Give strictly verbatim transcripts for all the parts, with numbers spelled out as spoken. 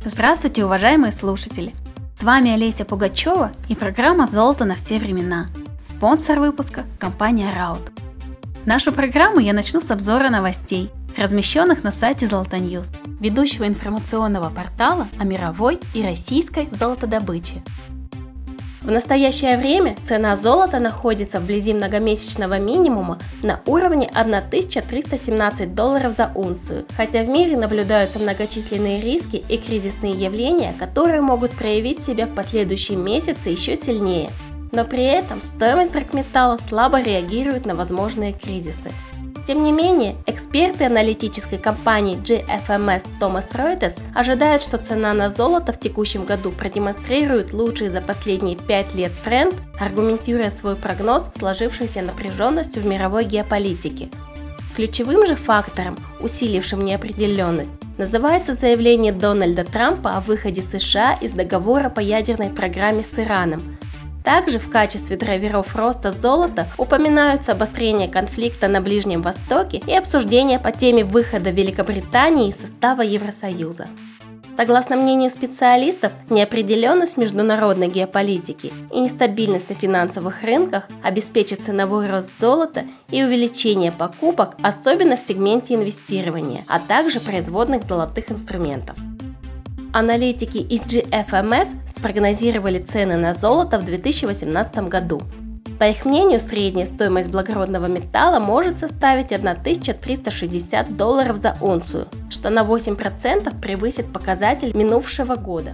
Здравствуйте, уважаемые слушатели! С вами Олеся Пугачева и программа «Золото на все времена». Спонсор выпуска – компания раут. Нашу программу я начну с обзора новостей, размещенных на сайте Золотоньюз, ведущего информационного портала о мировой и российской золотодобыче. В настоящее время цена золота находится вблизи многомесячного минимума на уровне тысяча триста семнадцать долларов за унцию, хотя в мире наблюдаются многочисленные риски и кризисные явления, которые могут проявить себя в последующие месяцы еще сильнее. Но при этом стоимость драгметалла слабо реагирует на возможные кризисы. Тем не менее, эксперты аналитической компании джи эф эм эс Thomson Reuters ожидают, что цена на золото в текущем году продемонстрирует лучший за последние пять лет тренд, аргументируя свой прогноз сложившейся напряженностью в мировой геополитике. Ключевым же фактором, усилившим неопределенность, называется заявление Дональда Трампа о выходе США из договора по ядерной программе с Ираном. Также в качестве драйверов роста золота упоминаются обострение конфликта на Ближнем Востоке и обсуждения по теме выхода Великобритании из состава Евросоюза. Согласно мнению специалистов, неопределенность международной геополитики и нестабильность на финансовых рынках обеспечат ценовой рост золота и увеличение покупок, особенно в сегменте инвестирования, а также производных золотых инструментов. Аналитики из джи эф эм эс спрогнозировали цены на золото в две тысячи восемнадцатом году. По их мнению, средняя стоимость благородного металла может составить тысяча триста шестьдесят долларов за унцию, что на восемь процентов превысит показатель минувшего года.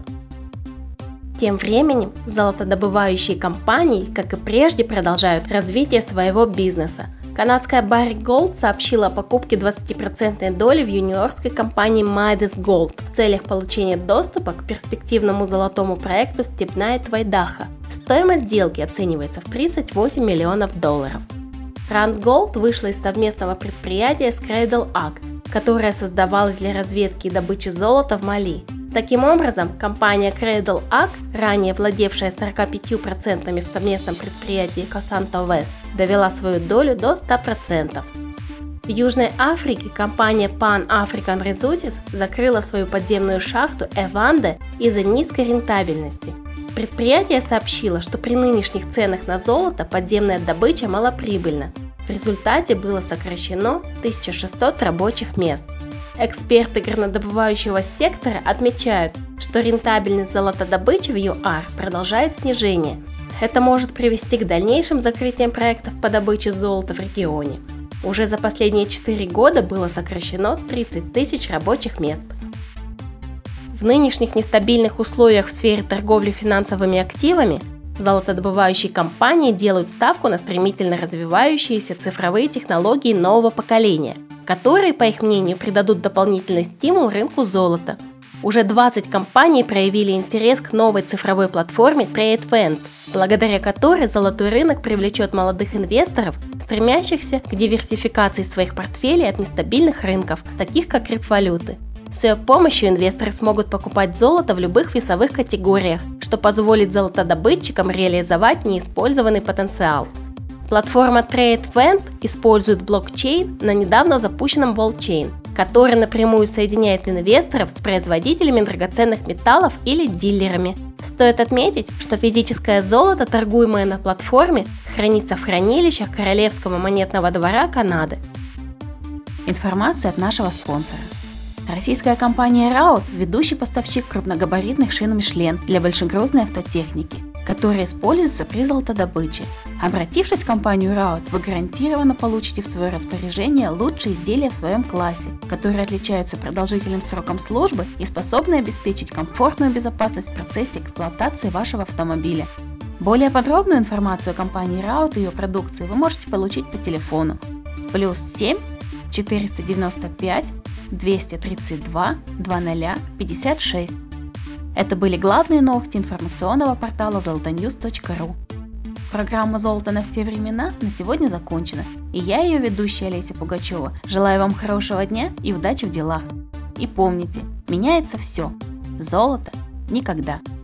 Тем временем, золотодобывающие компании, как и прежде, продолжают развитие своего бизнеса. Канадская Barrick Gold сообщила о покупке двадцатипроцентной доли в юниорской компании Midas Gold в целях получения доступа к перспективному золотому проекту Stibnite в Айдахо. Стоимость сделки оценивается в тридцать восемь миллионов долларов. Rand Gold вышла из совместного предприятия с Cradle Ag, которое создавалось для разведки и добычи золота в Мали. Таким образом, компания Cradle Ag, ранее владевшая сороками пятью процентами в совместном предприятии Cosanto West, довела свою долю до ста процентов. В Южной Африке компания Pan African Resources закрыла свою подземную шахту Эванде из-за низкой рентабельности. Предприятие сообщило, что при нынешних ценах на золото подземная добыча малоприбыльна. В результате было сокращено тысяча шестьсот рабочих мест. Эксперты горнодобывающего сектора отмечают, что рентабельность золотодобычи в ЮАР продолжает снижение. Это может привести к дальнейшим закрытиям проектов по добыче золота в регионе. Уже за последние четыре года было сокращено тридцать тысяч рабочих мест. В нынешних нестабильных условиях в сфере торговли финансовыми активами золотодобывающие компании делают ставку на стремительно развивающиеся цифровые технологии нового поколения, которые, по их мнению, придадут дополнительный стимул рынку золота. Уже двадцать компаний проявили интерес к новой цифровой платформе TradeVent, благодаря которой золотой рынок привлечет молодых инвесторов, стремящихся к диверсификации своих портфелей от нестабильных рынков, таких как криптовалюты. С ее помощью инвесторы смогут покупать золото в любых весовых категориях, что позволит золотодобытчикам реализовать неиспользованный потенциал. Платформа TradeVent использует блокчейн на недавно запущенном Volchain, который напрямую соединяет инвесторов с производителями драгоценных металлов или дилерами. Стоит отметить, что физическое золото, торгуемое на платформе, хранится в хранилищах Королевского монетного двора Канады. Информация от нашего спонсора. Российская компания раут – ведущий поставщик крупногабаритных шин Michelin для большегрузной автотехники, которые используются при золотодобыче. Обратившись в компанию раут, вы гарантированно получите в свое распоряжение лучшие изделия в своем классе, которые отличаются продолжительным сроком службы и способны обеспечить комфортную безопасность в процессе эксплуатации вашего автомобиля. Более подробную информацию о компании раут и ее продукции вы можете получить по телефону плюс семь четыреста девяносто пять двести тридцать два двадцать пятьдесят шесть. Это были главные новости информационного портала золотоньюз точка ру. Программа «Золото на все времена» на сегодня закончена, и я, ее ведущая Олеся Пугачева, желаю вам хорошего дня и удачи в делах. И помните, меняется все. Золото никогда.